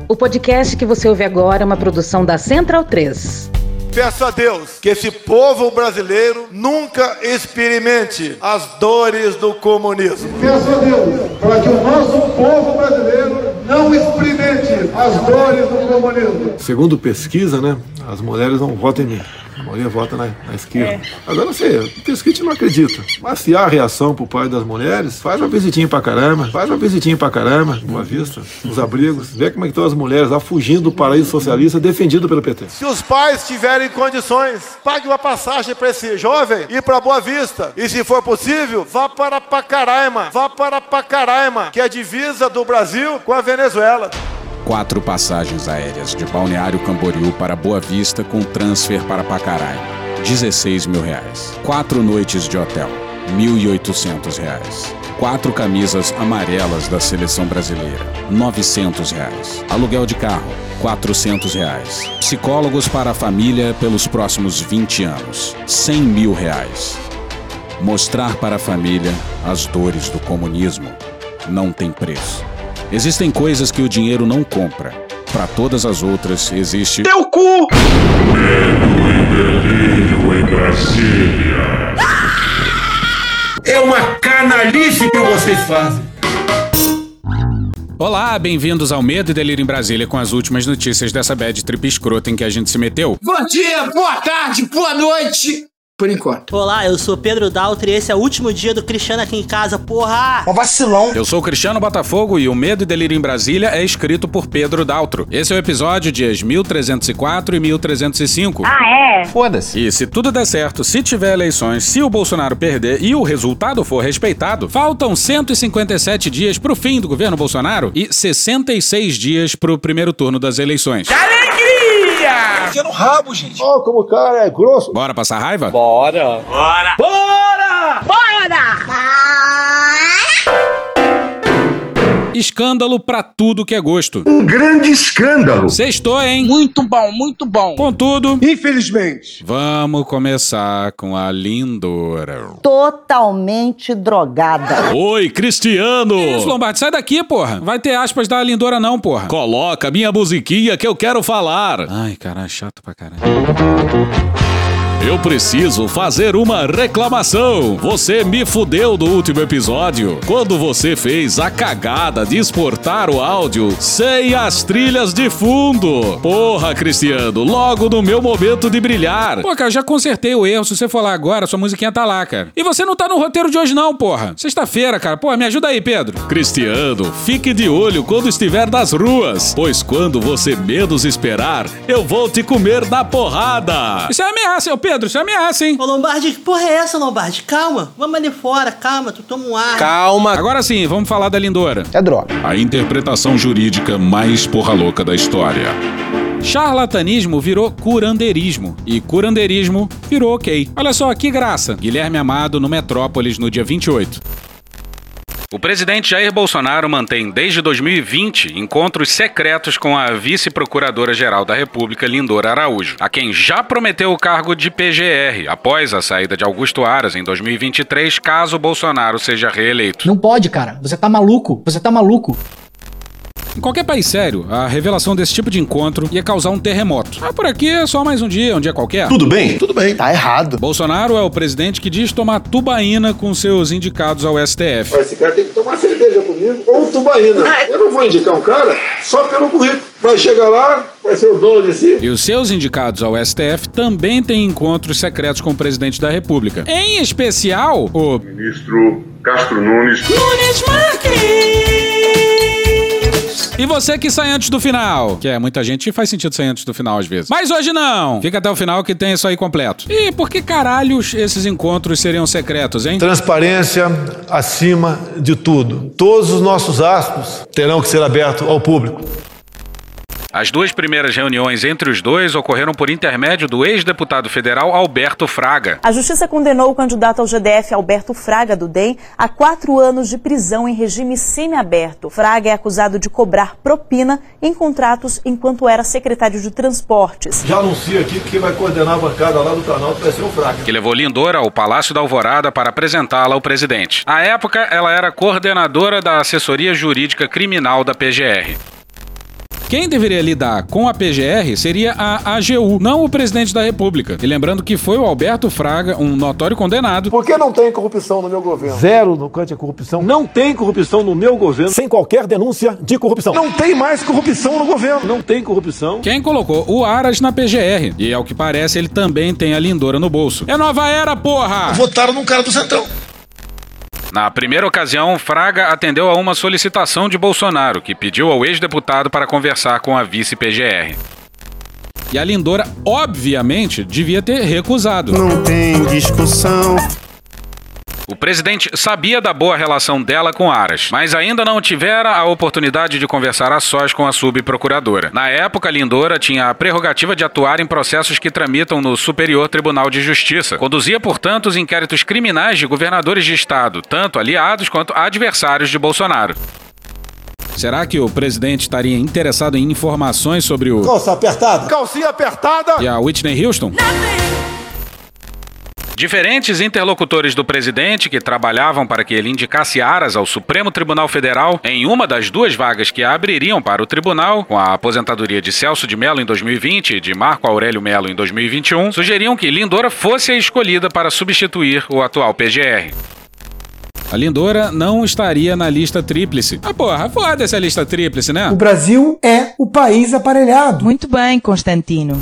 O podcast que você ouve agora é uma produção da Central 3. Peço a Deus que esse povo brasileiro nunca experimente as dores do comunismo. Peço a Deus para que o nosso povo brasileiro não experimente as dores do comunismo. Segundo pesquisa, né, as mulheres não votam em mim. A maioria vota na esquerda. Agora não sei, o pesquisa não acredita. Mas se há reação por parte das mulheres, faz uma visitinha pra caramba. Boa Vista, nos abrigos. Vê como é que estão as mulheres lá fugindo do paraíso socialista defendido pelo PT. Se os pais tiverem condições, pague uma passagem para esse jovem ir para Boa Vista. E se for possível, vá para Pacaraima, que é a divisa do Brasil com a Venezuela. 4 passagens aéreas de Balneário Camboriú para Boa Vista com transfer para Pacaraima, R$16 mil. 4 noites de hotel, R$1.800. 4 camisas amarelas da seleção brasileira, R$900. Aluguel de carro, R$400. Psicólogos para a família pelos próximos 20 anos, R$100 mil. Mostrar para a família as dores do comunismo não tem preço. Existem coisas que o dinheiro não compra. Para todas as outras, existe... Teu cu! Medo e delírio em Brasília. É uma canalice que vocês fazem. Olá, bem-vindos ao Medo e Delírio em Brasília com as últimas notícias dessa bad trip escrota em que a gente se meteu. Bom dia, boa tarde, boa noite! Por enquanto. Olá, eu sou Pedro Daltri e esse é o último dia do Cristiano aqui em casa, porra! Um vacilão. Eu sou o Cristiano Botafogo e o Medo e Delírio em Brasília é escrito por Pedro Daltro. Esse é o episódio dias 1304 e 1305. Ah, é? Foda-se. E se tudo der certo, se tiver eleições, se o Bolsonaro perder e o resultado for respeitado, faltam 157 dias pro fim do governo Bolsonaro e 66 dias pro primeiro turno das eleições. Enfia no rabo, gente. Ó, como o cara é grosso. Bora passar raiva? Bora! Escândalo pra tudo que é gosto. Um grande escândalo. Sextou, hein? Muito bom, muito bom. Contudo, Infelizmente. vamos começar com a lindora. Totalmente drogada. Oi, Cristiano! Que isso, Lombardi? Sai daqui, porra. Vai ter aspas da lindora não, porra. Coloca minha musiquinha que eu quero falar. Ai, caralho, chato pra caralho. Eu preciso fazer uma reclamação. Você me fudeu no último episódio, quando você fez a cagada de exportar o áudio sem as trilhas de fundo. Porra, Cristiano, logo no meu momento de brilhar. Pô, cara, já consertei o erro. Se você for lá agora, sua musiquinha tá lá, cara. E você não tá no roteiro de hoje não, porra. Sexta-feira, cara. Porra, me ajuda aí, Pedro. Cristiano, fique de olho quando estiver nas ruas, pois quando você menos esperar, eu vou te comer na porrada. Isso é ameaça, Pedro, isso é ameaça, hein? Ô Lombardi, que porra é essa, Lombardi? Calma, vamos ali fora, calma, tu toma um ar. Calma. Agora sim, vamos falar da lindora. É droga. A interpretação jurídica mais porra louca da história. Charlatanismo virou curandeirismo e curandeirismo virou ok. Olha só, que graça. Guilherme Amado no Metrópolis no dia 28. O presidente Jair Bolsonaro mantém desde 2020 encontros secretos com a vice-procuradora-geral da República, Lindora Araújo, a quem já prometeu o cargo de PGR após a saída de Augusto Aras em 2023, caso Bolsonaro seja reeleito. Não pode, cara. Você tá maluco. Em qualquer país sério, a revelação desse tipo de encontro ia causar um terremoto. Por aqui é só mais um dia qualquer. Tudo bem? Tudo bem. Tá errado. Bolsonaro é o presidente que diz tomar tubaína com seus indicados ao STF. Esse cara tem que tomar cerveja comigo ou tubaína. Eu não vou indicar um cara só pelo currículo. Vai chegar lá, vai ser o dono de si. E os seus indicados ao STF também têm encontros secretos com o presidente da República. Em especial, o Ministro Castro Nunes. E você que sai antes do final. Que é, muita gente faz sentido sair antes do final às vezes. Mas hoje não. Fica até o final que tem isso aí completo. E por que caralhos esses encontros seriam secretos, hein? Transparência acima de tudo. Todos os nossos atos terão que ser abertos ao público. As duas primeiras reuniões entre os dois ocorreram por intermédio do ex-deputado federal Alberto Fraga. A justiça condenou o candidato ao GDF Alberto Fraga, do DEM, a 4 anos de prisão em regime semiaberto. Fraga é acusado de cobrar propina em contratos enquanto era secretário de Transportes. Já anuncio aqui que quem vai coordenar a bancada lá do Planalto vai ser o Fraga. Que levou Lindora ao Palácio da Alvorada para apresentá-la ao presidente. À época, ela era coordenadora da assessoria jurídica criminal da PGR. Quem deveria lidar com a PGR seria a AGU, não o presidente da República. E lembrando que foi o Alberto Fraga, um notório condenado. Por que não tem corrupção no meu governo? Zero no que é corrupção. Não tem corrupção no meu governo. Sem qualquer denúncia de corrupção. Não tem mais corrupção no governo. Não tem corrupção. Quem colocou o Aras na PGR. E ao que parece, ele também tem a Lindora no bolso. É nova era, porra! Votaram num cara do Centrão. Na primeira ocasião, Fraga atendeu a uma solicitação de Bolsonaro, que pediu ao ex-deputado para conversar com a vice-PGR. E a Lindora, obviamente, devia ter recusado. Não tem discussão. O presidente sabia da boa relação dela com Aras, mas ainda não tivera a oportunidade de conversar a sós com a subprocuradora. Na época, Lindora tinha a prerrogativa de atuar em processos que tramitam no Superior Tribunal de Justiça. Conduzia, portanto, os inquéritos criminais de governadores de estado, tanto aliados quanto adversários de Bolsonaro. Será que o presidente estaria interessado em informações sobre o... Calça apertada. Calcinha apertada. E a Whitney Houston? Diferentes interlocutores do presidente que trabalhavam para que ele indicasse Aras ao Supremo Tribunal Federal em uma das duas vagas que abririam para o tribunal, com a aposentadoria de Celso de Mello em 2020 e de Marco Aurélio Mello em 2021, sugeriam que Lindora fosse a escolhida para substituir o atual PGR. A Lindora não estaria na lista tríplice. Ah, porra, foda-se a lista tríplice, né? O Brasil é o país aparelhado. Muito bem, Constantino.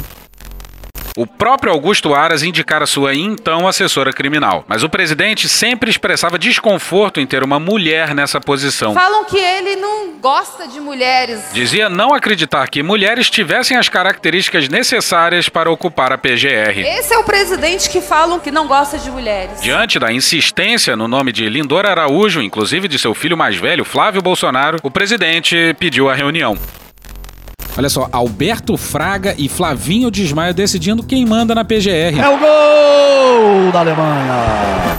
O próprio Augusto Aras indicara sua então assessora criminal. Mas o presidente sempre expressava desconforto em ter uma mulher nessa posição. Falam que ele não gosta de mulheres. Dizia não acreditar que mulheres tivessem as características necessárias para ocupar a PGR. Esse é o presidente que falam que não gosta de mulheres. Diante da insistência no nome de Lindora Araújo, inclusive de seu filho mais velho, Flávio Bolsonaro, o presidente pediu a reunião. Olha só, Alberto Fraga e Flavinho Desmaio decidindo quem manda na PGR. É o gol da Alemanha!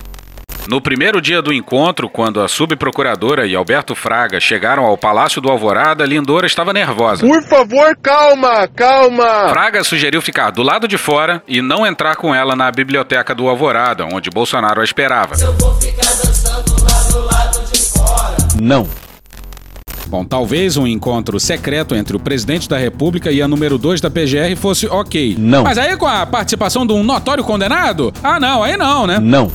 No primeiro dia do encontro, quando a subprocuradora e Alberto Fraga chegaram ao Palácio do Alvorada, Lindora estava nervosa. Por favor, calma, calma. Fraga sugeriu ficar do lado de fora e não entrar com ela na biblioteca do Alvorada, onde Bolsonaro a esperava. Eu vou ficar dançando lá do lado de fora. Não. Bom, talvez um encontro secreto entre o presidente da República e a número 2 da PGR fosse ok. Não. Mas aí com a participação de um notório condenado? Ah, não, aí não, né? Não.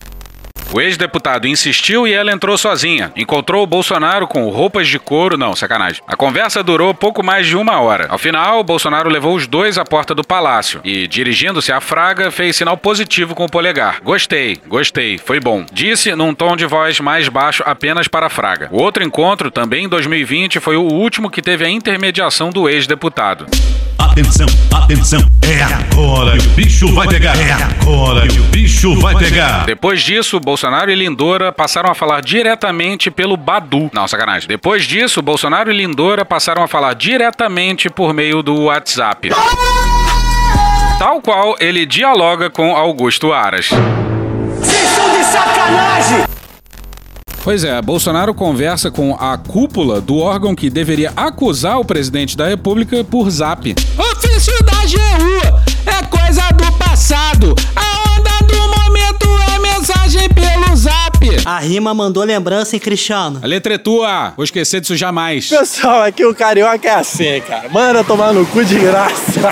O ex-deputado insistiu e ela entrou sozinha. Encontrou o Bolsonaro com roupas de couro. Não, sacanagem. A conversa durou pouco mais de 1 hora. Ao final, o Bolsonaro levou os dois à porta do palácio e, dirigindo-se à Fraga, fez sinal positivo com o polegar. Gostei, foi bom. Disse num tom de voz mais baixo apenas para Fraga. O outro encontro, também em 2020, foi o último que teve a intermediação do ex-deputado. Atenção, atenção, é agora que o bicho vai pegar. É agora que o bicho vai pegar. Depois disso, Bolsonaro e Lindora passaram a falar diretamente pelo Badu. Não, sacanagem. Depois disso, Bolsonaro e Lindora passaram a falar diretamente por meio do WhatsApp. Tal qual ele dialoga com Augusto Aras. Vocês são de sacanagem! Pois é, Bolsonaro conversa com a cúpula do órgão que deveria acusar o presidente da República por zap. Ofício da AGU é coisa do passado. A onda do momento é mensagem pelo zap. A rima mandou lembrança, hein, Cristiano? A letra é tua, vou esquecer disso jamais. Pessoal, aqui o carioca é assim, cara. Manda tomar no cu de graça.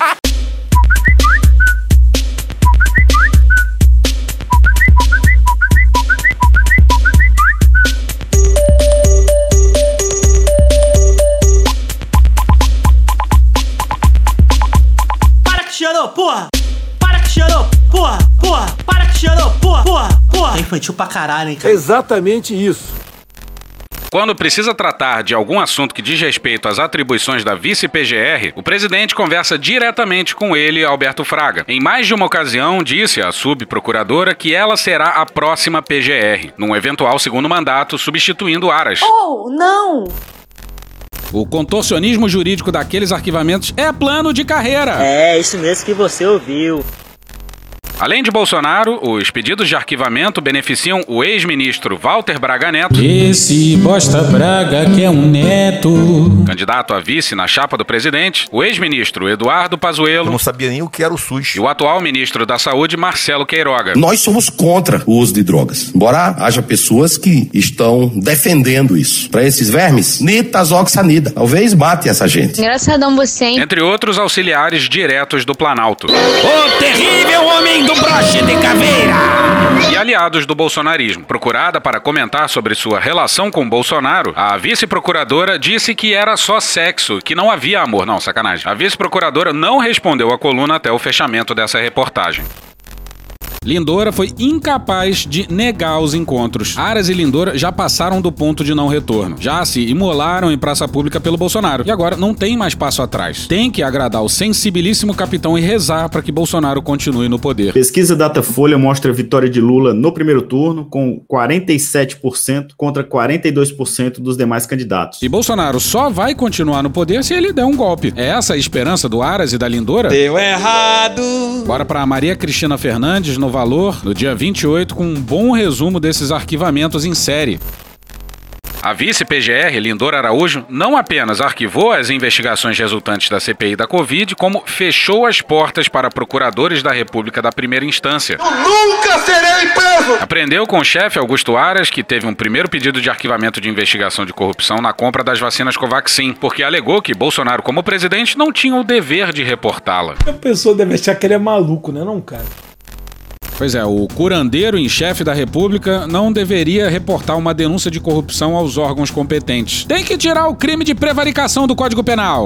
Porra! Para que cheirou! Porra! Para que cheirou! Porra! É infantil pra caralho, hein, cara? Exatamente isso. Quando precisa tratar de algum assunto que diz respeito às atribuições da vice-PGR, o presidente conversa diretamente com ele, Alberto Fraga. Em mais de uma ocasião, disse à subprocuradora que ela será a próxima PGR, num eventual segundo mandato, substituindo Aras. Oh, não! O contorcionismo jurídico daqueles arquivamentos é plano de carreira. É, isso mesmo que você ouviu. Além de Bolsonaro, os pedidos de arquivamento beneficiam o ex-ministro Walter Braga Neto. Esse bosta Braga que é um neto. Candidato a vice na chapa do presidente, o ex-ministro Eduardo Pazuello. Eu não sabia nem o que era o SUS. E o atual ministro da Saúde, Marcelo Queiroga. Nós somos contra o uso de drogas, embora haja pessoas que estão defendendo isso. Para esses vermes, nitazoxanida. Talvez mate essa gente. Engraçadão você, hein? Entre outros auxiliares diretos do Planalto. O terrível homem do broche de caveira! E aliados do bolsonarismo. Procurada para comentar sobre sua relação com Bolsonaro, a vice-procuradora disse que era só sexo, que não havia amor. Não, sacanagem. A vice-procuradora não respondeu à coluna até o fechamento dessa reportagem. Lindora foi incapaz de negar os encontros. Aras e Lindora já passaram do ponto de não retorno. Já se imolaram em praça pública pelo Bolsonaro. E agora não tem mais passo atrás. Tem que agradar o sensibilíssimo capitão e rezar para que Bolsonaro continue no poder. Pesquisa Datafolha mostra a vitória de Lula no primeiro turno, com 47% contra 42% dos demais candidatos. E Bolsonaro só vai continuar no poder se ele der um golpe. É essa a esperança do Aras e da Lindora? Deu errado! Bora pra Maria Cristina Fernandes no Valor, no dia 28, com um bom resumo desses arquivamentos em série. A vice-PGR, Lindora Araújo, não apenas arquivou as investigações resultantes da CPI da Covid, como fechou as portas para procuradores da República da primeira instância. Eu nunca serei preso! Aprendeu com o chefe Augusto Aras, que teve um primeiro pedido de arquivamento de investigação de corrupção na compra das vacinas Covaxin, porque alegou que Bolsonaro, como presidente, não tinha o dever de reportá-la. A pessoa deve achar que ele é maluco, né, não, cara? Pois é, o curandeiro em chefe da República não deveria reportar uma denúncia de corrupção aos órgãos competentes. Tem que tirar o crime de prevaricação do Código Penal.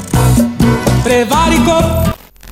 Prevaricou!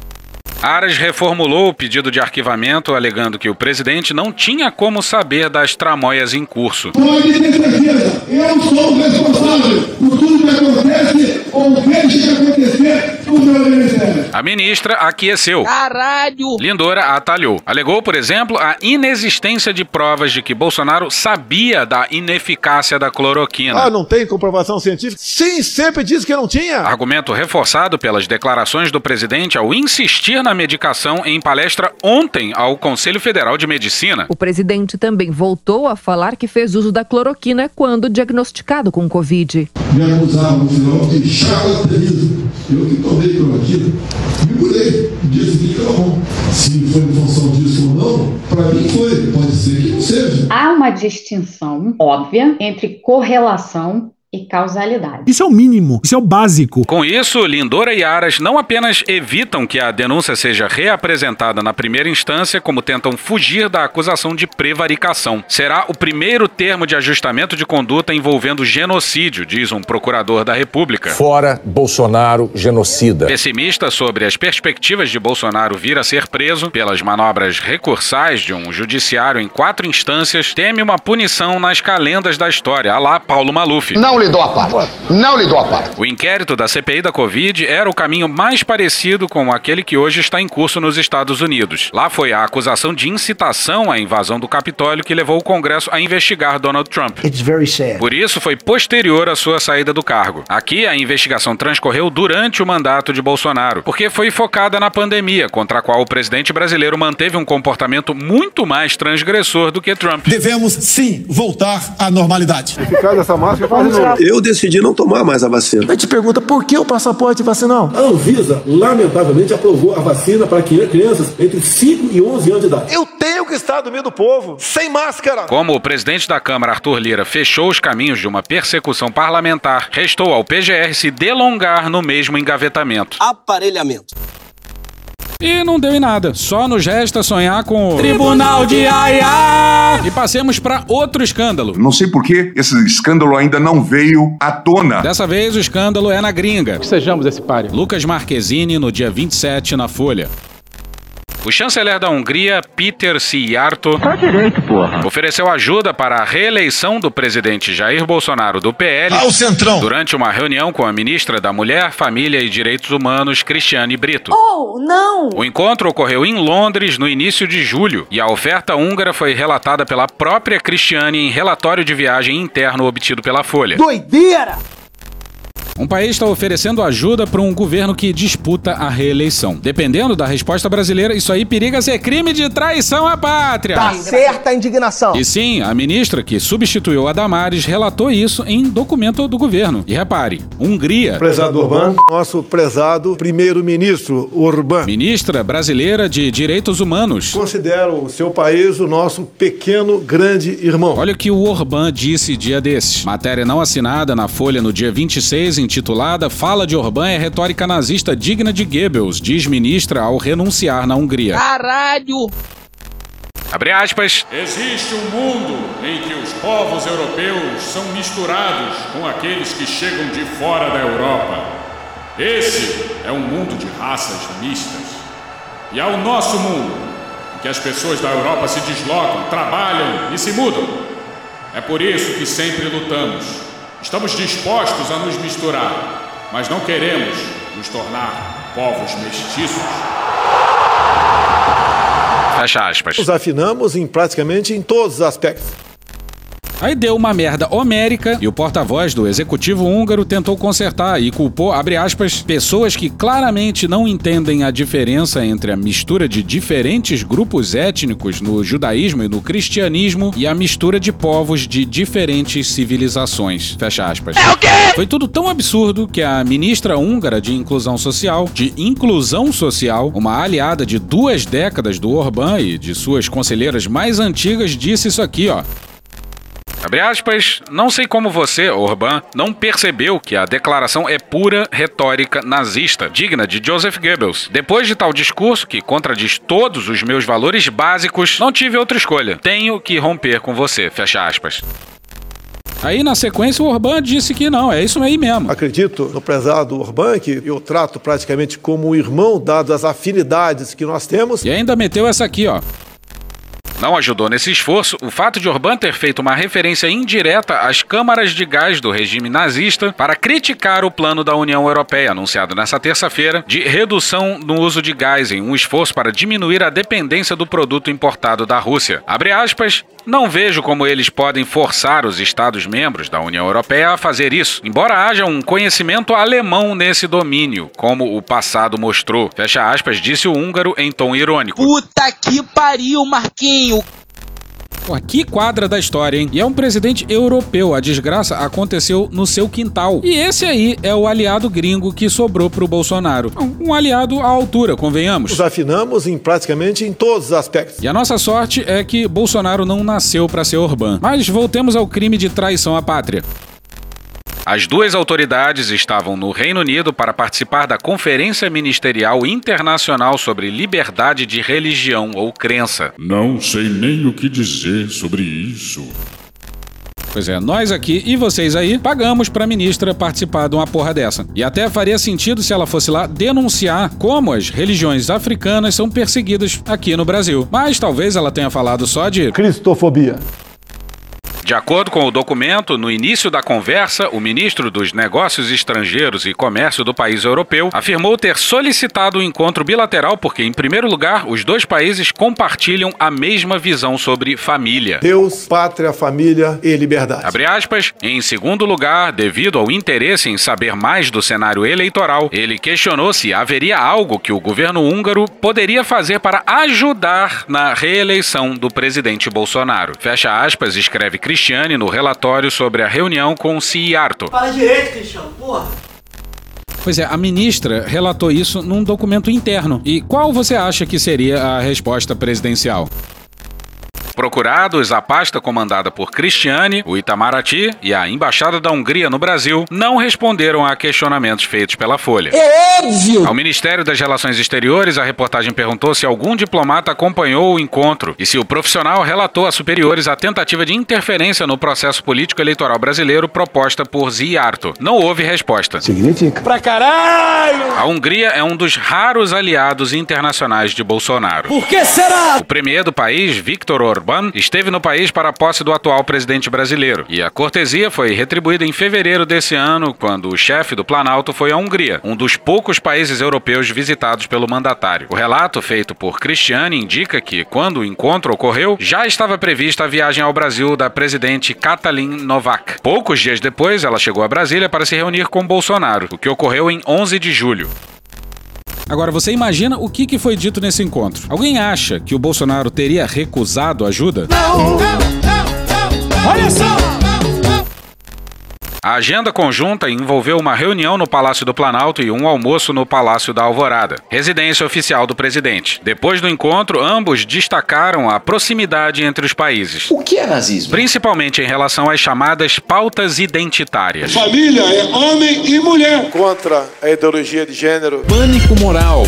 Aras reformulou o pedido de arquivamento, alegando que o presidente não tinha como saber das tramóias em curso. Pode ter certeza, eu sou o responsável por tudo que acontece ou deixa de acontecer no meu ministério. A ministra aqueceu. Caralho! Lindora atalhou. Alegou, por exemplo, a inexistência de provas de que Bolsonaro sabia da ineficácia da cloroquina. Ah, não tem comprovação científica? Sim, sempre disse que não tinha. Argumento reforçado pelas declarações do presidente ao insistir na medicação em palestra ontem ao Conselho Federal de Medicina. O presidente também voltou a falar que fez uso da cloroquina quando diagnosticado com Covid. Me acusavam no final de charlatanismo. Eu que tomei cloroquina, me curei. No dia seguinte era bom. Se foi em função disso ou não, para mim foi. Pode ser que não seja. Há uma distinção óbvia entre correlação e causalidade. Isso é o mínimo, isso é o básico. Com isso, Lindora e Aras não apenas evitam que a denúncia seja reapresentada na primeira instância, como tentam fugir da acusação de prevaricação. Será o primeiro termo de ajustamento de conduta envolvendo genocídio, diz um procurador da República. Fora Bolsonaro, genocida. Pessimista sobre as perspectivas de Bolsonaro vir a ser preso pelas manobras recursais de um judiciário em 4 instâncias, teme uma punição nas calendas da história, à lá Paulo Maluf. Não lhe dou a parte. Não lhe dou a parte. O inquérito da CPI da Covid era o caminho mais parecido com aquele que hoje está em curso nos Estados Unidos. Lá foi a acusação de incitação à invasão do Capitólio que levou o Congresso a investigar Donald Trump. It's very sad. Por isso, foi posterior à sua saída do cargo. Aqui, a investigação transcorreu durante o mandato de Bolsonaro, porque foi focada na pandemia, contra a qual o presidente brasileiro manteve um comportamento muito mais transgressor do que Trump. Devemos, sim, voltar à normalidade. Eficaz essa máscara faz de novo. Eu decidi não tomar mais a vacina. Aí te pergunta por que o passaporte vacinal? A Anvisa, lamentavelmente, aprovou a vacina para crianças entre 5 e 11 anos de idade. Eu tenho que estar do meio do povo, sem máscara. Como o presidente da Câmara, Arthur Lira, fechou os caminhos de uma persecução parlamentar, restou ao PGR se delongar no mesmo engavetamento. Aparelhamento. E não deu em nada, só nos resta sonhar com o Tribunal de Haia! E passemos para outro escândalo. Não sei por que esse escândalo ainda não veio à tona. Dessa vez o escândalo é na gringa. Que sejamos esse páreo. Lucas Marquezine no dia 27 na Folha. O chanceler da Hungria, Péter Szijjártó, ofereceu ajuda para a reeleição do presidente Jair Bolsonaro do PL durante uma reunião com a ministra da Mulher, Família e Direitos Humanos, Cristiane Brito. Oh, não! O encontro ocorreu em Londres no início de julho e a oferta húngara foi relatada pela própria Cristiane em relatório de viagem interno obtido pela Folha. Doideira! Um país está oferecendo ajuda para um governo que disputa a reeleição. Dependendo da resposta brasileira, isso aí periga ser crime de traição à pátria. Tá certa a indignação. E sim, a ministra que substituiu a Damares relatou isso em documento do governo. E repare, Hungria. Prezado Orbán, nosso prezado primeiro-ministro Orbán. Ministra brasileira de Direitos Humanos. Considero o seu país o nosso pequeno grande irmão. Olha o que o Orbán disse dia desses. Matéria não assinada na Folha no dia 26, intitulada Fala de Orbán é retórica nazista digna de Goebbels, diz ministra ao renunciar na Hungria. Caralho! Abre aspas. Existe um mundo em que os povos europeus são misturados com aqueles que chegam de fora da Europa. Esse é um mundo de raças mistas. E há o nosso mundo, em que as pessoas da Europa se deslocam, trabalham e se mudam. É por isso que sempre lutamos. Estamos dispostos a nos misturar, mas não queremos nos tornar povos mestiços. Fecha aspas. Nos afinamos praticamente em todos os aspectos. Aí deu uma merda homérica e o porta-voz do executivo húngaro tentou consertar e culpou, abre aspas, pessoas que claramente não entendem a diferença entre a mistura de diferentes grupos étnicos no judaísmo e no cristianismo e a mistura de povos de diferentes civilizações. Fecha aspas. É o quê? Foi tudo tão absurdo que a ministra húngara de Inclusão Social, uma aliada de 2 décadas do Orbán e de suas conselheiras mais antigas, disse isso aqui, ó. Abre aspas, não sei como você, Orbán, não percebeu que a declaração é pura retórica nazista, digna de Joseph Goebbels. Depois de tal discurso, que contradiz todos os meus valores básicos, não tive outra escolha. Tenho que romper com você, fecha aspas. Aí, na sequência, o Orbán disse que não, é isso aí mesmo. Acredito no prezado Orbán, que eu trato praticamente como um irmão, dadas as afinidades que nós temos. E ainda meteu essa aqui, ó. Não ajudou nesse esforço o fato de Orbán ter feito uma referência indireta às câmaras de gás do regime nazista para criticar o plano da União Europeia, anunciado nesta terça-feira, de redução no uso de gás em um esforço para diminuir a dependência do produto importado da Rússia. Abre aspas, não vejo como eles podem forçar os Estados-membros da União Europeia a fazer isso, embora haja um conhecimento alemão nesse domínio, como o passado mostrou. Fecha aspas, disse o húngaro em tom irônico. Puta que pariu, Marquinhos! Pô, que quadra da história, hein? E é um presidente europeu. A desgraça aconteceu no seu quintal. E esse aí é o aliado gringo que sobrou pro Bolsonaro. Um aliado à altura, convenhamos. Nos afinamos praticamente em todos os aspectos. E a nossa sorte é que Bolsonaro não nasceu pra ser Orbán. Mas voltemos ao crime de traição à pátria. As 2 autoridades estavam no Reino Unido para participar da Conferência Ministerial Internacional sobre Liberdade de Religião ou Crença. Não sei nem o que dizer sobre isso. Pois é, nós aqui e vocês aí pagamos pra ministra participar de uma porra dessa. E até faria sentido se ela fosse lá denunciar como as religiões africanas são perseguidas aqui no Brasil. Mas talvez ela tenha falado só de cristofobia. De acordo com o documento, no início da conversa, o ministro dos Negócios Estrangeiros e Comércio do país europeu afirmou ter solicitado o encontro bilateral porque, em primeiro lugar, os 2 países compartilham a mesma visão sobre família. Deus, pátria, família e liberdade. Abre aspas. Em segundo lugar, devido ao interesse em saber mais do cenário eleitoral, ele questionou se haveria algo que o governo húngaro poderia fazer para ajudar na reeleição do presidente Bolsonaro. Fecha aspas, escreve Cristiane no relatório sobre a reunião com Szijjártó. Fala direito, Cristiano, porra! Pois é, a ministra relatou isso num documento interno. E qual você acha que seria a resposta presidencial? Procurados, a pasta comandada por Cristiane, o Itamaraty e a Embaixada da Hungria no Brasil não responderam a questionamentos feitos pela Folha. É óbvio! Ao Ministério das Relações Exteriores, a reportagem perguntou se algum diplomata acompanhou o encontro e se o profissional relatou a superiores a tentativa de interferência no processo político eleitoral brasileiro proposta por Szijjártó. Não houve resposta. Significa? Pra caralho! A Hungria é um dos raros aliados internacionais de Bolsonaro. Por que será? O premier do país, Viktor Orbán, Orbán esteve no país para a posse do atual presidente brasileiro. E a cortesia foi retribuída em fevereiro desse ano, quando o chefe do Planalto foi à Hungria, um dos poucos países europeus visitados pelo mandatário. O relato feito por Cristiane indica que, quando o encontro ocorreu, já estava prevista a viagem ao Brasil da presidente Katalin Novak. Poucos dias depois, ela chegou a Brasília para se reunir com Bolsonaro, o que ocorreu em 11 de julho. Agora, você imagina o que foi dito nesse encontro? Alguém acha que o Bolsonaro teria recusado ajuda? Não! Olha só! A agenda conjunta envolveu uma reunião no Palácio do Planalto e um almoço no Palácio da Alvorada, residência oficial do presidente. Depois do encontro, ambos destacaram a proximidade entre os países. O que é nazismo? Principalmente em relação às chamadas pautas identitárias. Família é homem e mulher. Contra a ideologia de gênero. Pânico moral.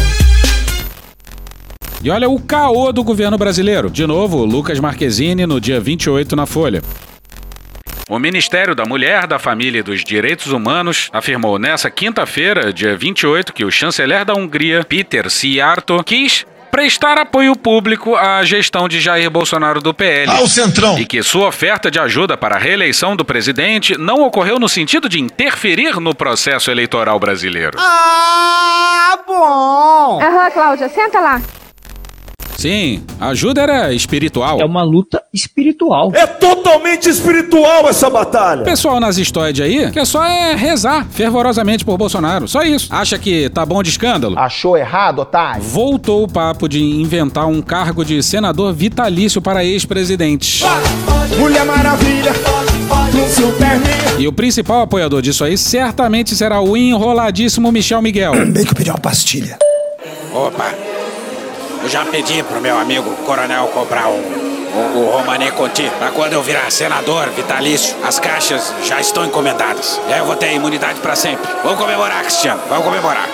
E olha o caô do governo brasileiro. De novo, Lucas Marquezine no dia 28 na Folha. O Ministério da Mulher, da Família e dos Direitos Humanos afirmou nessa quinta-feira, dia 28, que o chanceler da Hungria, Péter Szijjártó, quis prestar apoio público à gestão de Jair Bolsonaro do PL. Ao Centrão! E que sua oferta de ajuda para a reeleição do presidente não ocorreu no sentido de interferir no processo eleitoral brasileiro. Ah, bom! Aham, Cláudia, senta lá. Sim, a ajuda era espiritual. É uma luta espiritual. É totalmente espiritual essa batalha. O pessoal nazistoide aí quer só rezar fervorosamente por Bolsonaro. Só isso. Acha que tá bom de escândalo? Achou errado, otário? Voltou o papo de inventar um cargo de senador vitalício para ex-presidentes. Mulher Maravilha, Superman. E o principal apoiador disso aí certamente será o enroladíssimo Michel Miguel. Bem que eu pedi uma pastilha. Opa. Eu já pedi pro meu amigo Coronel comprar o Romané Conti pra quando eu virar senador vitalício. As caixas já estão encomendadas. E aí eu vou ter imunidade pra sempre. Vamos comemorar, Cristiano. Vamos comemorar.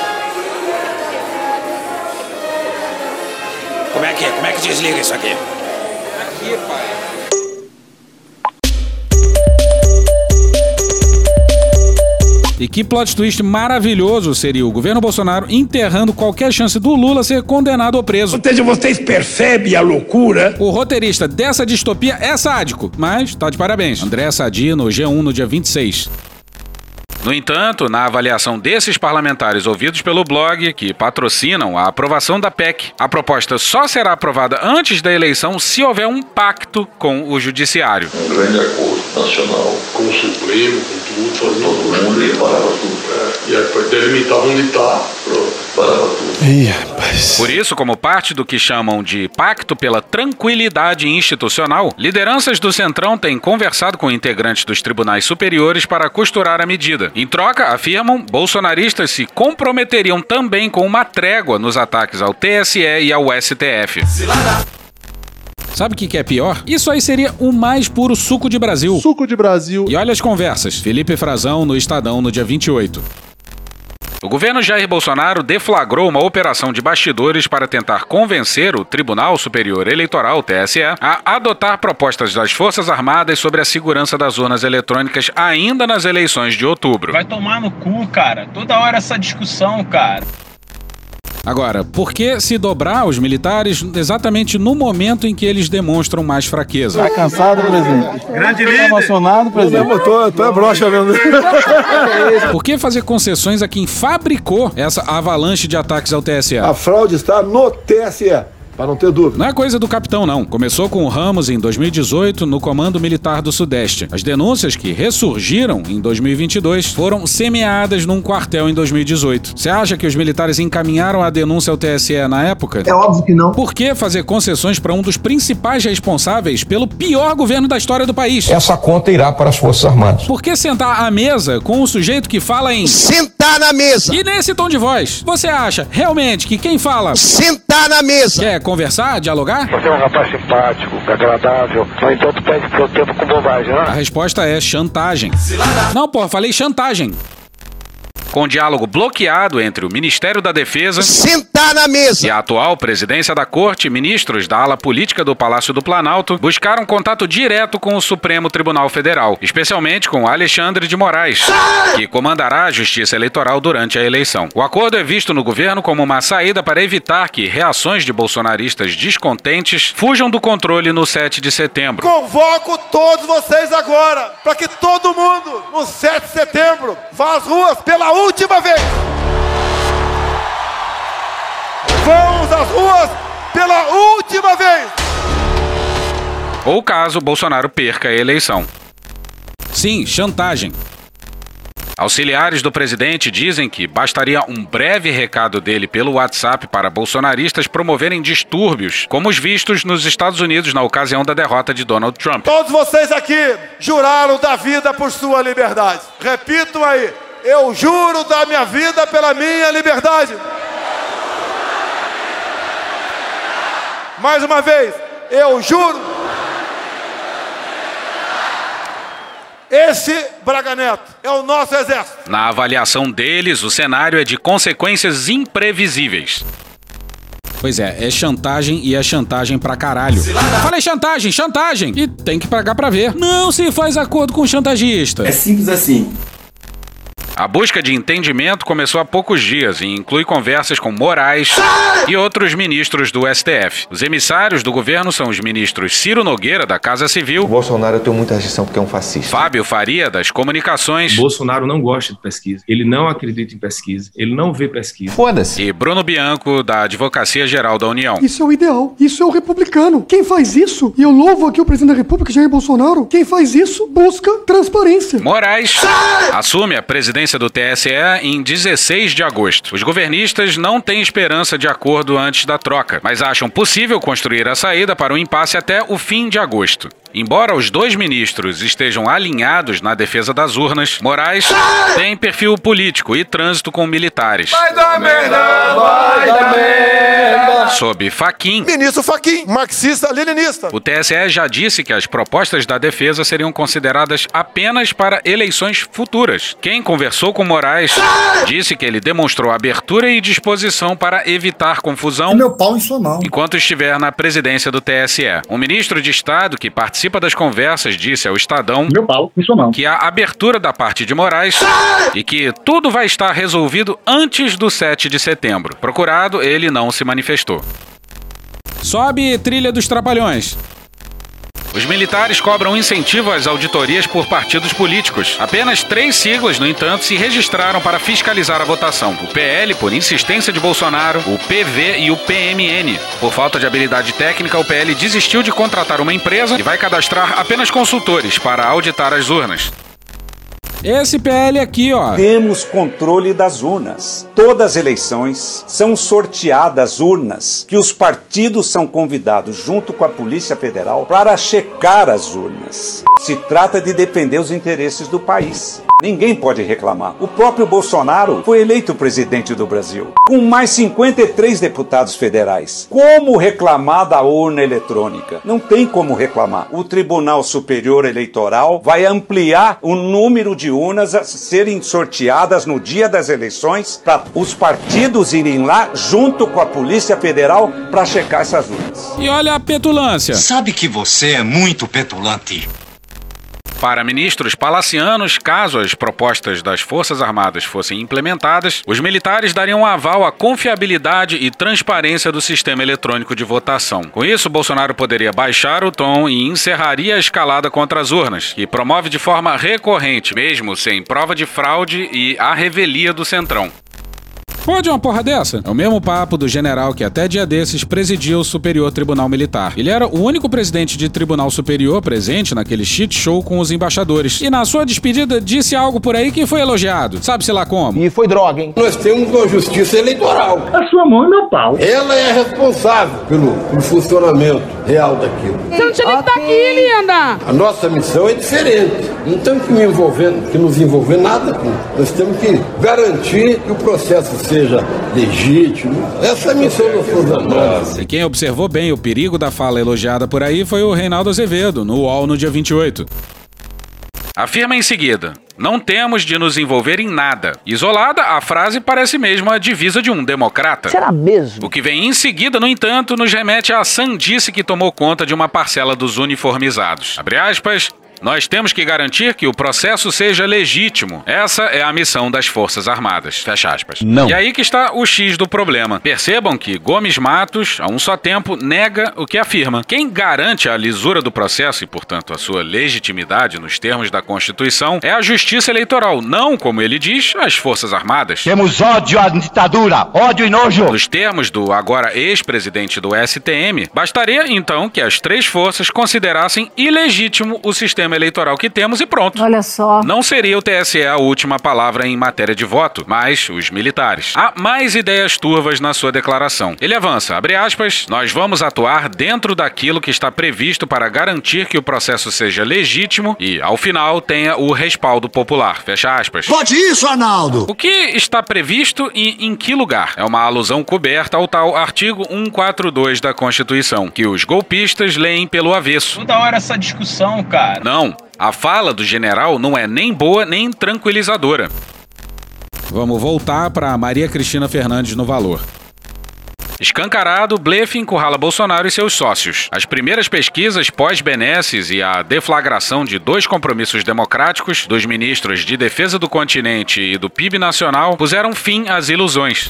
Como é que desliga isso aqui? Aqui, pai. E que plot twist maravilhoso seria o governo Bolsonaro enterrando qualquer chance do Lula ser condenado ou preso. Ou seja, vocês percebem a loucura? O roteirista dessa distopia é sádico, mas tá de parabéns. André Sadi no G1 no dia 26. No entanto, na avaliação desses parlamentares ouvidos pelo blog, que patrocinam a aprovação da PEC, a proposta só será aprovada antes da eleição se houver um pacto com o Judiciário. Um grande acordo nacional com o Supremo, com tudo, fazer todo mundo e parava tudo. E aí delimitar onde está, pronto, parava tudo. Ih, rapaz. Por isso, como parte do que chamam de Pacto pela Tranquilidade Institucional, lideranças do Centrão têm conversado com integrantes dos tribunais superiores para costurar a medida. Em troca, afirmam, bolsonaristas se comprometeriam também com uma trégua nos ataques ao TSE e ao STF. Sabe o que é pior? Isso aí seria o mais puro suco de Brasil. Suco de Brasil. E olha as conversas. Felipe Frazão no Estadão no dia 28. O governo Jair Bolsonaro deflagrou uma operação de bastidores para tentar convencer o Tribunal Superior Eleitoral, TSE, a adotar propostas das Forças Armadas sobre a segurança das urnas eletrônicas ainda nas eleições de outubro. Vai tomar no cu, cara. Toda hora essa discussão, cara. Agora, por que se dobrar os militares exatamente no momento em que eles demonstram mais fraqueza? Tá cansado, presidente? Grande líder. Tá emocionado, presidente? Tô é broxa mesmo. Por que fazer concessões a quem fabricou essa avalanche de ataques ao TSE? A fraude está no TSE. Para não ter dúvida. Não é coisa do capitão, não. Começou com o Ramos em 2018 no Comando Militar do Sudeste. As denúncias que ressurgiram em 2022 foram semeadas num quartel em 2018. Você acha que os militares encaminharam a denúncia ao TSE na época? É óbvio que não. Por que fazer concessões para um dos principais responsáveis pelo pior governo da história do país? Essa conta irá para as Forças Armadas. Por que sentar à mesa com o sujeito que fala em sentar na mesa? E nesse tom de voz, você acha realmente que quem fala sentar na mesa quer conversar, dialogar? Você é um rapaz simpático, agradável, ou então tu perde seu tempo com bobagem, né? A resposta é chantagem. Não, porra, falei chantagem. Com diálogo bloqueado entre o Ministério da Defesa Sentar na mesa e a atual presidência da Corte, ministros da ala política do Palácio do Planalto buscaram contato direto com o Supremo Tribunal Federal, especialmente com Alexandre de Moraes, que comandará a Justiça Eleitoral durante a eleição. O acordo é visto no governo como uma saída para evitar que reações de bolsonaristas descontentes fujam do controle no 7 de setembro. Convoco todos vocês agora para que todo mundo, no 7 de setembro, vá às ruas pela última vez. Vamos às ruas pela última vez. Ou caso Bolsonaro perca a eleição. Sim, chantagem. Auxiliares do presidente dizem que bastaria um breve recado dele pelo WhatsApp para bolsonaristas promoverem distúrbios, como os vistos nos Estados Unidos na ocasião da derrota de Donald Trump. Todos vocês aqui juraram dar vida por sua liberdade. Repito aí, eu juro dar minha vida pela minha liberdade. Mais uma vez, eu juro. Esse Braga Neto é o nosso exército. Na avaliação deles, o cenário é de consequências imprevisíveis. Pois é chantagem e é chantagem pra caralho. Falei chantagem, chantagem! E tem que pagar pra ver. Não se faz acordo com o chantagista. É simples assim. A busca de entendimento começou há poucos dias e inclui conversas com Moraes e outros ministros do STF. Os emissários do governo são os ministros Ciro Nogueira, da Casa Civil. O Bolsonaro tem muita restrição porque é um fascista. Fábio Faria, das Comunicações. Bolsonaro não gosta de pesquisa. Ele não acredita em pesquisa. Ele não vê pesquisa. Foda-se. E Bruno Bianco, da Advocacia Geral da União. Isso é o ideal. Isso é o republicano. Quem faz isso, e eu louvo aqui o presidente da República, Jair Bolsonaro, quem faz isso busca transparência. Moraes assume a presidência do TSE em 16 de agosto. Os governistas não têm esperança de acordo antes da troca, mas acham possível construir a saída para o impasse até o fim de agosto. Embora os dois ministros estejam alinhados na defesa das urnas, Moraes tem perfil político e trânsito com militares. Vai dar merda, vai dar merda. Sob Fachin, Ministro Fachin, marxista-leninista. O TSE já disse que as propostas da defesa seriam consideradas apenas para eleições futuras. Quem conversou com Moraes disse que ele demonstrou abertura e disposição para evitar confusão meu pau em sua mão. enquanto estiver na presidência do TSE. Um ministro de Estado que participa das conversas disse ao Estadão meu pau em sua mão. que há abertura da parte de Moraes e que tudo vai estar resolvido antes do 7 de setembro. Procurado, ele não se manifestou. Sobe trilha dos Trapalhões. Os militares cobram incentivo às auditorias por partidos políticos. Apenas 3 siglas, no entanto, se registraram para fiscalizar a votação. O PL, por insistência de Bolsonaro, o PV e o PMN. Por falta de habilidade técnica, o PL desistiu de contratar uma empresa e vai cadastrar apenas consultores para auditar as urnas. Esse PL aqui, ó. Temos controle das urnas. Todas as eleições são sorteadas urnas, que os partidos são convidados junto com a Polícia Federal para checar as urnas. Se trata de defender os interesses do país. Ninguém pode reclamar. O próprio Bolsonaro foi eleito presidente do Brasil, com mais 53 deputados federais. Como reclamar da urna eletrônica? Não tem como reclamar. O Tribunal Superior Eleitoral vai ampliar o número de urnas a serem sorteadas no dia das eleições para os partidos irem lá junto com a Polícia Federal para checar essas urnas. E olha a petulância. Sabe que você é muito petulante. Para ministros palacianos, caso as propostas das Forças Armadas fossem implementadas, os militares dariam um aval à confiabilidade e transparência do sistema eletrônico de votação. Com isso, Bolsonaro poderia baixar o tom e encerraria a escalada contra as urnas, que promove de forma recorrente, mesmo sem prova de fraude e a revelia do Centrão. Pode uma porra dessa? É o mesmo papo do general que até dia desses presidia o Superior Tribunal Militar. Ele era o único presidente de tribunal superior presente naquele shit show com os embaixadores. E na sua despedida disse algo por aí que foi elogiado. Sabe-se lá como? E foi droga, hein? Nós temos uma justiça eleitoral. A sua mão é meu pau. Ela é responsável pelo funcionamento real daquilo. Você não tinha nem que estar aqui, linda! A nossa missão é diferente. Não temos que nos envolver nada com. Nós temos que garantir que o processo seja legítimo. Essa é a missão das Forças Armadas. E quem observou bem o perigo da fala elogiada por aí foi o Reinaldo Azevedo, no UOL no dia 28. Afirma em seguida: Não temos de nos envolver em nada. Isolada, a frase parece mesmo a divisa de um democrata. Será mesmo? O que vem em seguida, no entanto, nos remete à sandice que tomou conta de uma parcela dos uniformizados. Abre aspas. Nós temos que garantir que o processo seja legítimo. Essa é a missão das Forças Armadas. Fecha aspas. Não. E aí que está o X do problema. Percebam que Gomes Matos, a um só tempo, nega o que afirma. Quem garante a lisura do processo e, portanto, a sua legitimidade nos termos da Constituição é a Justiça Eleitoral, não, como ele diz, as Forças Armadas. Temos ódio à ditadura, ódio e nojo. Nos termos do agora ex-presidente do STM, bastaria, então, que as três forças considerassem ilegítimo o sistema eleitoral que temos e pronto. Olha só. Não seria o TSE a última palavra em matéria de voto, mas os militares. Há mais ideias turvas na sua declaração. Ele avança, abre aspas, nós vamos atuar dentro daquilo que está previsto para garantir que o processo seja legítimo e, ao final, tenha o respaldo popular. Fecha aspas. Pode isso, Arnaldo! O que está previsto e em que lugar? É uma alusão coberta ao tal artigo 142 da Constituição, que os golpistas leem pelo avesso. Toda hora essa discussão, cara. Não. A fala do general não é nem boa nem tranquilizadora. Vamos voltar para Maria Cristina Fernandes no Valor. Escancarado, blefe encurrala Bolsonaro e seus sócios. As primeiras pesquisas pós-benesses e a deflagração de 2 compromissos democráticos dos ministros de Defesa do Continente e do PIB Nacional puseram fim às ilusões.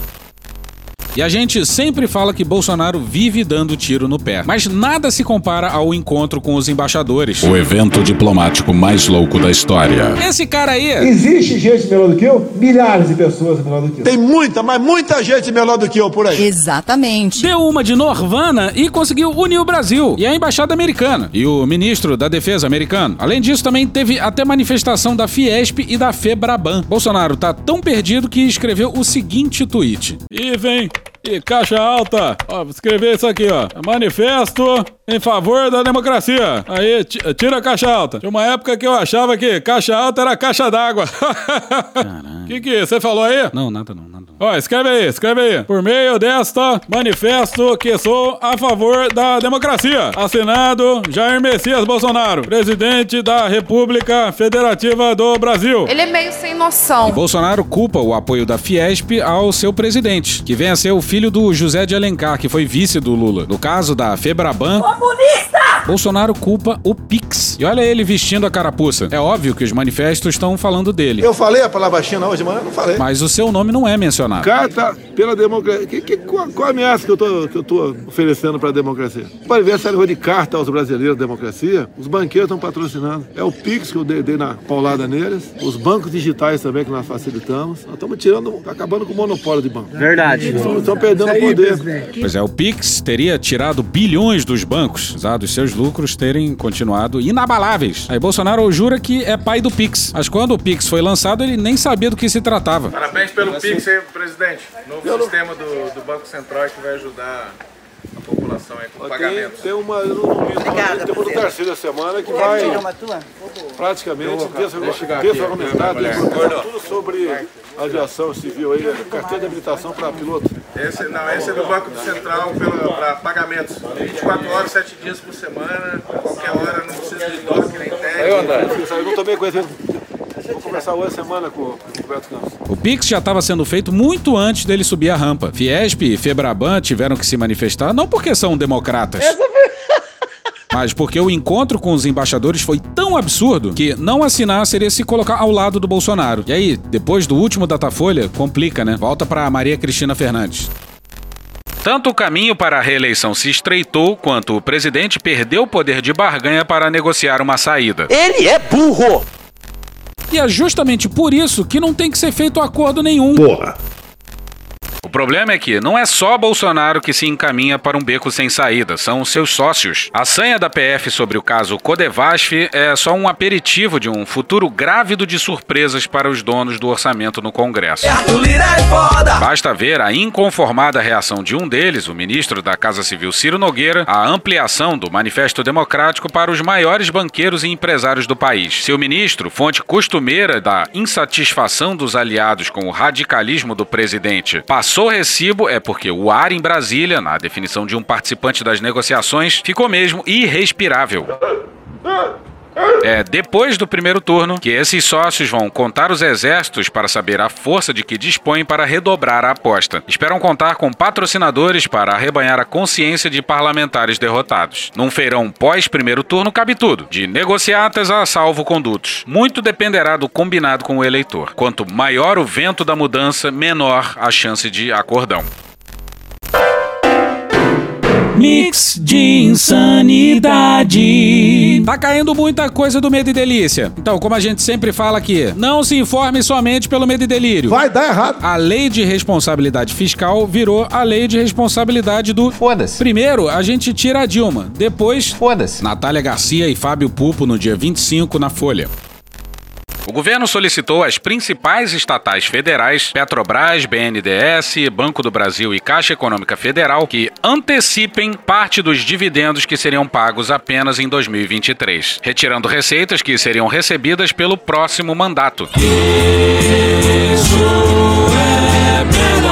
E a gente sempre fala que Bolsonaro vive dando tiro no pé. Mas nada se compara ao encontro com os embaixadores. O evento diplomático mais louco da história. Esse cara aí... Existe gente melhor do que eu? Milhares de pessoas melhor do que eu. Tem muita, mas muita gente melhor do que eu por aí. Exatamente. Deu uma de Norvana e conseguiu unir o Brasil e a embaixada americana. E o ministro da Defesa americano. Além disso, também teve até manifestação da Fiesp e da FEBRABAN. Bolsonaro tá tão perdido que escreveu o seguinte tweet. E vem... E caixa alta, ó, vou escrever isso aqui, ó. Manifesto em favor da democracia. Aí, tira a caixa alta. Tinha uma época que eu achava que caixa alta era caixa d'água. Caralho. Que você falou aí? Não, nada. Ó, escreve aí. Por meio desta manifesto que sou a favor da democracia. Assinado Jair Messias Bolsonaro, presidente da República Federativa do Brasil. Ele é meio sem noção. E Bolsonaro culpa o apoio da Fiesp ao seu presidente, que vem a ser o filho do José de Alencar, que foi vice do Lula. No caso da FEBRABAN, comunista! Bolsonaro culpa o Pix. E olha ele vestindo a carapuça. É óbvio que os manifestos estão falando dele. Eu falei a palavra China hoje de manhã? Não falei. Mas o seu nome não é mencionado. Carta pela democracia. Qual a ameaça que eu tô oferecendo para a democracia? Pode ver essa negócio de carta aos brasileiros da democracia. Os banqueiros estão patrocinando. É o Pix que eu dei na paulada neles. Os bancos digitais também que nós facilitamos. Nós estamos acabando com o monopólio de banco. Verdade. Estão perdendo o poder. Pois é, o Pix teria tirado bilhões dos bancos, apesar dos seus lucros terem continuado inabaláveis. Aí Bolsonaro jura que é pai do Pix. Mas quando o Pix foi lançado, ele nem sabia do que se tratava. Parabéns pelo Pix aí, presidente. Novo sistema do Banco Central que vai ajudar a população aí com pagamentos. Tem uma do Tarcísio da semana que vai praticamente tudo sobre aviação civil aí, carteira de habilitação para piloto. Esse é do Banco Central para pagamentos. 24 horas, 7 dias por semana, qualquer hora, não precisa de toque nem teste. Eu não tomei conhecimento. Vou conversar hoje semana com o Roberto Campos. O Pix já estava sendo feito muito antes dele subir a rampa. Fiesp e FEBRABAN tiveram que se manifestar, não porque são democratas, mas porque o encontro com os embaixadores foi tão absurdo que não assinar seria se colocar ao lado do Bolsonaro. E aí, depois do último Datafolha, complica, né? Volta para Maria Cristina Fernandes. Tanto o caminho para a reeleição se estreitou, quanto o presidente perdeu o poder de barganha para negociar uma saída. Ele é burro! E é justamente por isso que não tem que ser feito acordo nenhum. Porra! O problema é que não é só Bolsonaro que se encaminha para um beco sem saída, são seus sócios. A sanha da PF sobre o caso Codevasf é só um aperitivo de um futuro grávido de surpresas para os donos do orçamento no Congresso. Basta ver a inconformada reação de um deles, o ministro da Casa Civil Ciro Nogueira, à ampliação do Manifesto Democrático para os maiores banqueiros e empresários do país. Seu ministro, fonte costumeira da insatisfação dos aliados com o radicalismo do presidente, passou recibo é porque o ar em Brasília, na definição de um participante das negociações, ficou mesmo irrespirável. É depois do primeiro turno que esses sócios vão contar os exércitos para saber a força de que dispõem para redobrar a aposta. Esperam contar com patrocinadores para arrebanhar a consciência de parlamentares derrotados. Num feirão pós-primeiro turno cabe tudo, de negociatas a salvo-condutos. Muito dependerá do combinado com o eleitor. Quanto maior o vento da mudança, menor a chance de acordão. Mix de insanidade. Tá caindo muita coisa do Medo e Delícia. Então, como a gente sempre fala aqui, não se informe somente pelo Medo e Delírio. Vai dar errado. A lei de responsabilidade fiscal virou a lei de responsabilidade do... Foda-se. Primeiro, a gente tira a Dilma. Depois, foda-se. Natália Garcia e Fábio Pupo no dia 25 na Folha. O governo solicitou às principais estatais federais, Petrobras, BNDES, Banco do Brasil e Caixa Econômica Federal, que antecipem parte dos dividendos que seriam pagos apenas em 2023, retirando receitas que seriam recebidas pelo próximo mandato. Isso é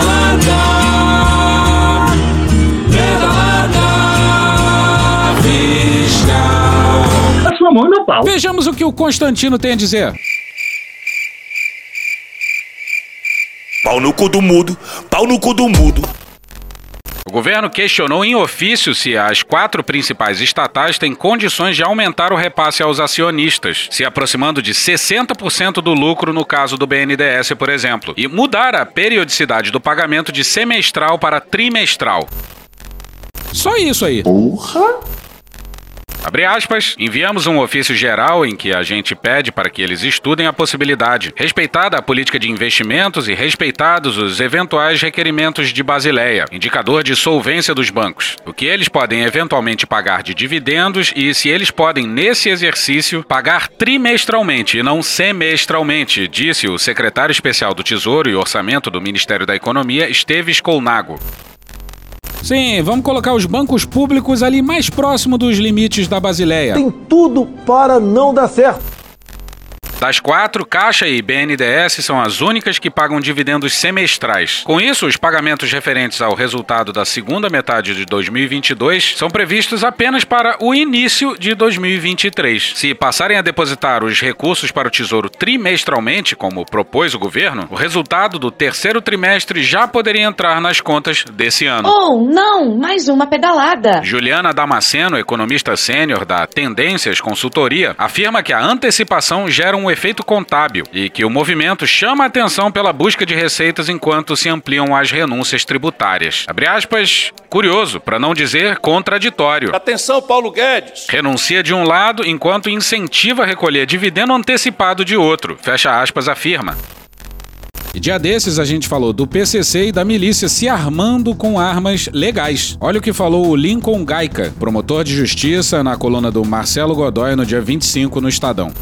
pedalada fiscal. A sua mão e meu pau. Vejamos o que o Constantino tem a dizer. Pau no cu do mudo, pau no cu do mudo. O governo questionou em ofício se as 4 principais estatais têm condições de aumentar o repasse aos acionistas, se aproximando de 60% do lucro no caso do BNDES, por exemplo, e mudar a periodicidade do pagamento de semestral para trimestral. Só isso aí. Porra! Abre aspas, enviamos um ofício geral em que a gente pede para que eles estudem a possibilidade, respeitada a política de investimentos e respeitados os eventuais requerimentos de Basileia, indicador de solvência dos bancos, o que eles podem eventualmente pagar de dividendos e se eles podem, nesse exercício, pagar trimestralmente e não semestralmente, disse o secretário especial do Tesouro e Orçamento do Ministério da Economia, Esteves Colnago. Sim, vamos colocar os bancos públicos ali mais próximo dos limites da Basileia. Tem tudo para não dar certo. Das 4, Caixa e BNDES são as únicas que pagam dividendos semestrais. Com isso, os pagamentos referentes ao resultado da segunda metade de 2022 são previstos apenas para o início de 2023. Se passarem a depositar os recursos para o Tesouro trimestralmente, como propôs o governo, o resultado do terceiro trimestre já poderia entrar nas contas desse ano. Oh, não! Mais uma pedalada! Juliana Damasceno, economista sênior da Tendências Consultoria, afirma que a antecipação gera um efeito contábil e que o movimento chama a atenção pela busca de receitas enquanto se ampliam as renúncias tributárias. Abre aspas, curioso, para não dizer contraditório. Atenção, Paulo Guedes. Renuncia de um lado enquanto incentiva a recolher dividendo antecipado de outro. Fecha aspas, afirma. E dia desses a gente falou do PCC e da milícia se armando com armas legais. Olha o que falou o Lincoln Gaica, promotor de justiça, na coluna do Marcelo Godoy no dia 25 no Estadão.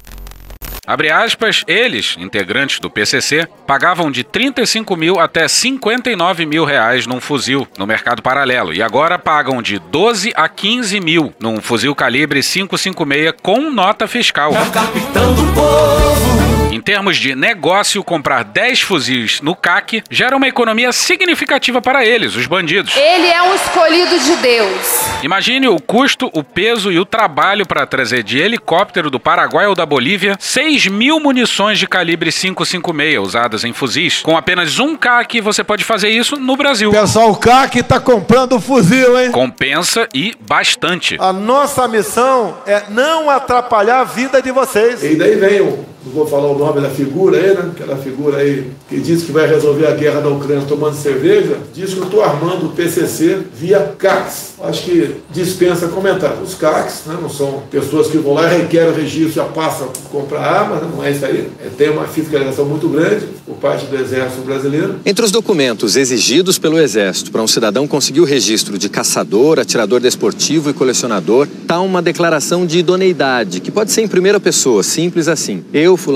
Abre aspas, eles, integrantes do PCC, pagavam de 35 mil até 59 mil reais num fuzil no mercado paralelo e agora pagam de 12 a 15 mil num fuzil calibre 5.56 com nota fiscal. É o capitão do povo. Em termos de negócio, comprar 10 fuzis no CAC gera uma economia significativa para eles, os bandidos. Ele é um escolhido de Deus. Imagine o custo, o peso e o trabalho para trazer de helicóptero do Paraguai ou da Bolívia 6 mil munições de calibre 5.56 usadas em fuzis. Com apenas um CAC, você pode fazer isso no Brasil. Pessoal, o CAC tá comprando fuzil, hein? Compensa e bastante. A nossa missão é não atrapalhar a vida de vocês. E daí vem não vou falar o nome da figura aí, né? Aquela figura aí que diz que vai resolver a guerra da Ucrânia tomando cerveja, diz que eu estou armando o PCC via CACs. Acho que dispensa comentários. Os CACs, né, não são pessoas que vão lá e requerem o registro, já passam a comprar armas, né? Não é isso aí. Tem uma fiscalização muito grande por parte do Exército Brasileiro. Entre os documentos exigidos pelo Exército para um cidadão conseguir o registro de caçador, atirador desportivo e colecionador, está uma declaração de idoneidade, que pode ser em primeira pessoa, simples assim. Eu, fulano de tal,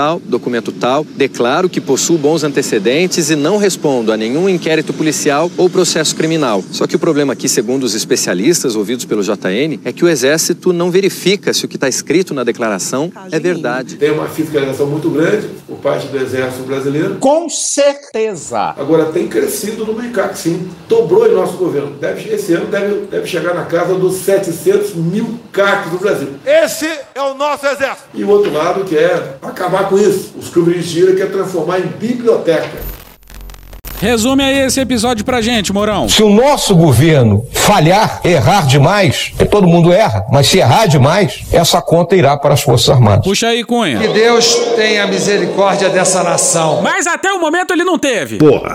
tal, documento tal, declaro que possuo bons antecedentes e não respondo a nenhum inquérito policial ou processo criminal. Só que o problema aqui, segundo os especialistas ouvidos pelo JN, é que o Exército não verifica se o que está escrito na declaração é verdade. Tem uma fiscalização muito grande por parte do Exército brasileiro. Com certeza. Agora tem crescido no MECAC, sim. Dobrou em nosso governo. Esse ano deve chegar na casa dos 700 mil CACs do Brasil. Esse é o nosso Exército. E o outro lado que é acabar com isso. Os que o Virgínia quer transformar em biblioteca. Resume aí esse episódio pra gente, Mourão. Se o nosso governo falhar, errar demais, porque todo mundo erra, mas se errar demais, essa conta irá para as Forças Armadas. Puxa aí, Cunha. Que Deus tenha misericórdia dessa nação. Mas até o momento ele não teve. Porra.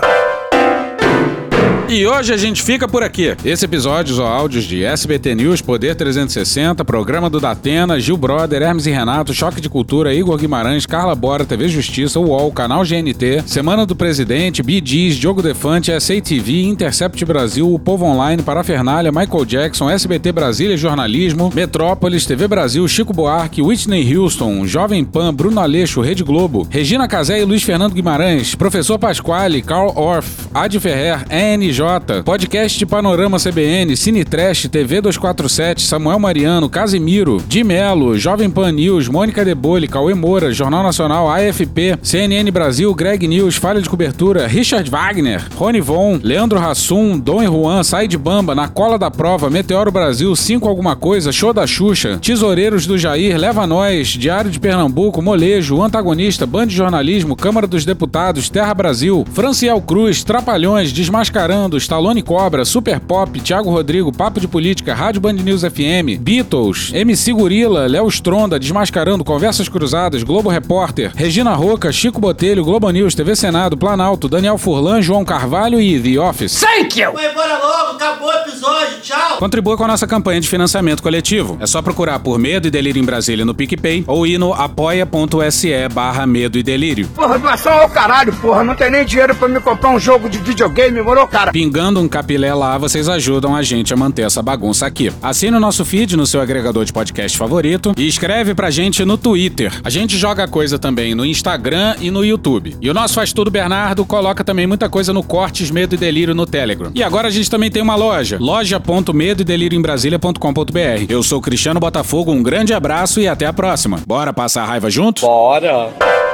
E hoje a gente fica por aqui. Esse episódio ou áudios de SBT News, Poder 360, Programa do Datena, Gil Brother, Hermes e Renato, Choque de Cultura, Igor Guimarães, Carla Bora, TV Justiça, UOL, Canal GNT, Semana do Presidente, Bee Gees, Diogo Defante, SATV, Intercept Brasil, O Povo Online, Parafernália, Michael Jackson, SBT Brasília Jornalismo, Metrópolis, TV Brasil, Chico Buarque, Whitney Houston, Jovem Pan, Bruno Aleixo, Rede Globo, Regina Casé e Luiz Fernando Guimarães, Professor Pasquale, Carl Orff, Adi Ferrer, ENJ, Podcast de Panorama CBN, Cine Trash, TV 247, Samuel Mariano, Casimiro, Di Mello, Jovem Pan News, Mônica Debole, Cauê Moura, Jornal Nacional, AFP, CNN Brasil, Greg News, Falha de Cobertura, Richard Wagner, Rony Von, Leandro Hassum, Dom e Juan, Sai de Bamba, Na Cola da Prova, Meteoro Brasil, 5 Alguma Coisa, Show da Xuxa, Tesoureiros do Jair, Leva Nós, Diário de Pernambuco, Molejo, Antagonista, Band de Jornalismo, Câmara dos Deputados, Terra Brasil, Franciel Cruz, Trapalhões, Desmascarando, Stallone Cobra, Super Pop, Thiago Rodrigo, Papo de Política, Rádio Band News FM, Beatles, MC Gorila, Léo Stronda, Desmascarando, Conversas Cruzadas, Globo Repórter, Regina Roca, Chico Botelho, Globo News, TV Senado, Planalto, Daniel Furlan, João Carvalho e The Office. Thank you! Vai embora logo, acabou o episódio, tchau! Contribua com a nossa campanha de financiamento coletivo. É só procurar por Medo e Delírio em Brasília no PicPay ou ir no apoia.se/Medo e Delírio. Porra, doação ao caralho, porra. Não tem nem dinheiro pra me comprar um jogo de videogame, moro, cara? Pingando um capilé lá, vocês ajudam a gente a manter essa bagunça aqui. Assine o nosso feed no seu agregador de podcast favorito e escreve pra gente no Twitter. A gente joga coisa também no Instagram e no YouTube. E o nosso Faz Tudo Bernardo coloca também muita coisa no Cortes Medo e Delírio no Telegram. E agora a gente também tem uma loja, loja.medoedelirioembrasilha.com.br. Eu sou Cristiano Botafogo, um grande abraço e até a próxima. Bora passar a raiva junto? Bora!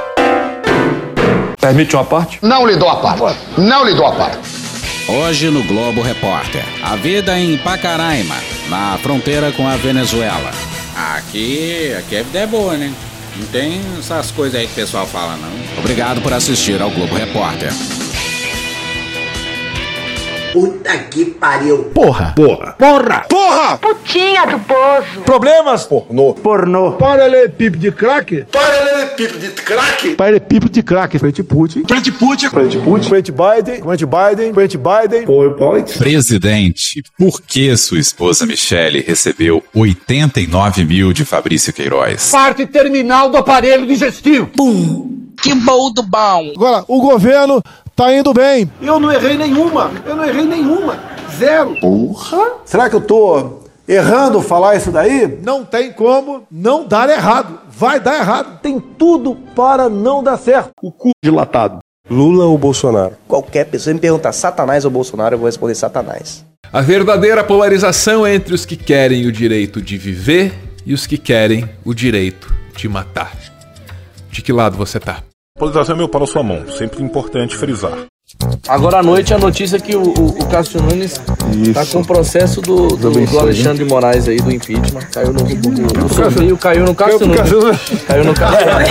Permite uma parte? Não lhe dou a parte. Não lhe dou a parte. Hoje no Globo Repórter, a vida em Pacaraima, na fronteira com a Venezuela. Aqui a vida é boa, né? Não tem essas coisas aí que o pessoal fala, não. Obrigado por assistir ao Globo Repórter. Puta que pariu. Porra! Putinha do poço. Problemas? Pornô. Paralelepípedo de crack? Paralelepípedo de crack. Frente Putin. Frente Biden. PowerPoint. Presidente, por que sua esposa Michele recebeu 89 mil de Fabrício Queiroz? Parte terminal do aparelho digestivo. Que bom do bom. Agora, o governo tá indo bem. Eu não errei nenhuma. Zero. Porra. Será que eu tô errando falar isso daí? Não tem como não dar errado. Vai dar errado. Tem tudo para não dar certo. O cu dilatado. Lula ou Bolsonaro? Qualquer pessoa me perguntar Satanás ou Bolsonaro, eu vou responder Satanás. A verdadeira polarização é entre os que querem o direito de viver e os que querem o direito de matar. De que lado você tá? Polarização é meu pau na sua mão, sempre importante frisar. Agora à noite a notícia é que o Cássio Nunes tá com o processo do Alexandre de Moraes aí, do impeachment. Caiu no sorteio, caiu no Cássio Nunes. Caiu no Cássio Nunes.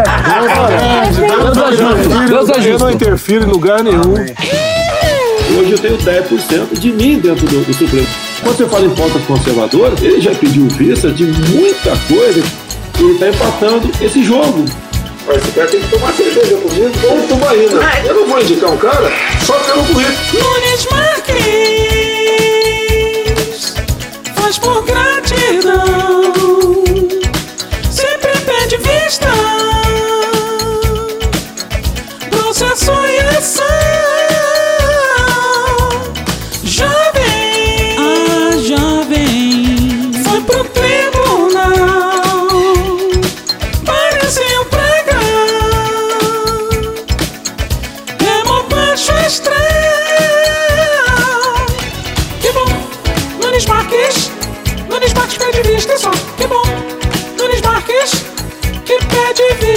Deus ajuda. Eu não interfiro em lugar nenhum. Hoje eu tenho 10% de mim dentro do Supremo. Quando você fala em pauta conservadora, ele já pediu vista de muita coisa. Ele tá empatando esse jogo. Mas esse cara tem que tomar cerveja comigo ou tubaína. Eu não vou indicar um cara só pelo currículo. Nunes Marques faz por gratidão, sempre pede vista, processo e ação. Jovem, a jovem foi pro tribunal, parecia um pregão.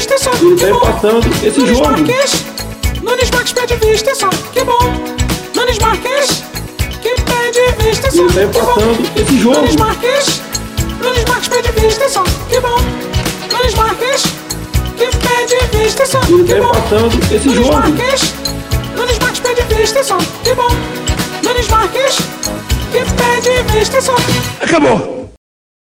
vista só. Ele tá empatando esse Nunes jogo. Marques. Nunes Marques pede vista só. Que bom. Nunes Marques. Que pede vista só. Ele tá empatando esse jogo. Nunes Marques. Nunes Marques pede vista só. Que bom. Nunes Marques. Que pede vista só. Ele tá Que bom. empatando esse Nunes jogo. Marques. Nunes Marques pede vista só. Que bom. Nunes Marques. Que pede vista só. Acabou.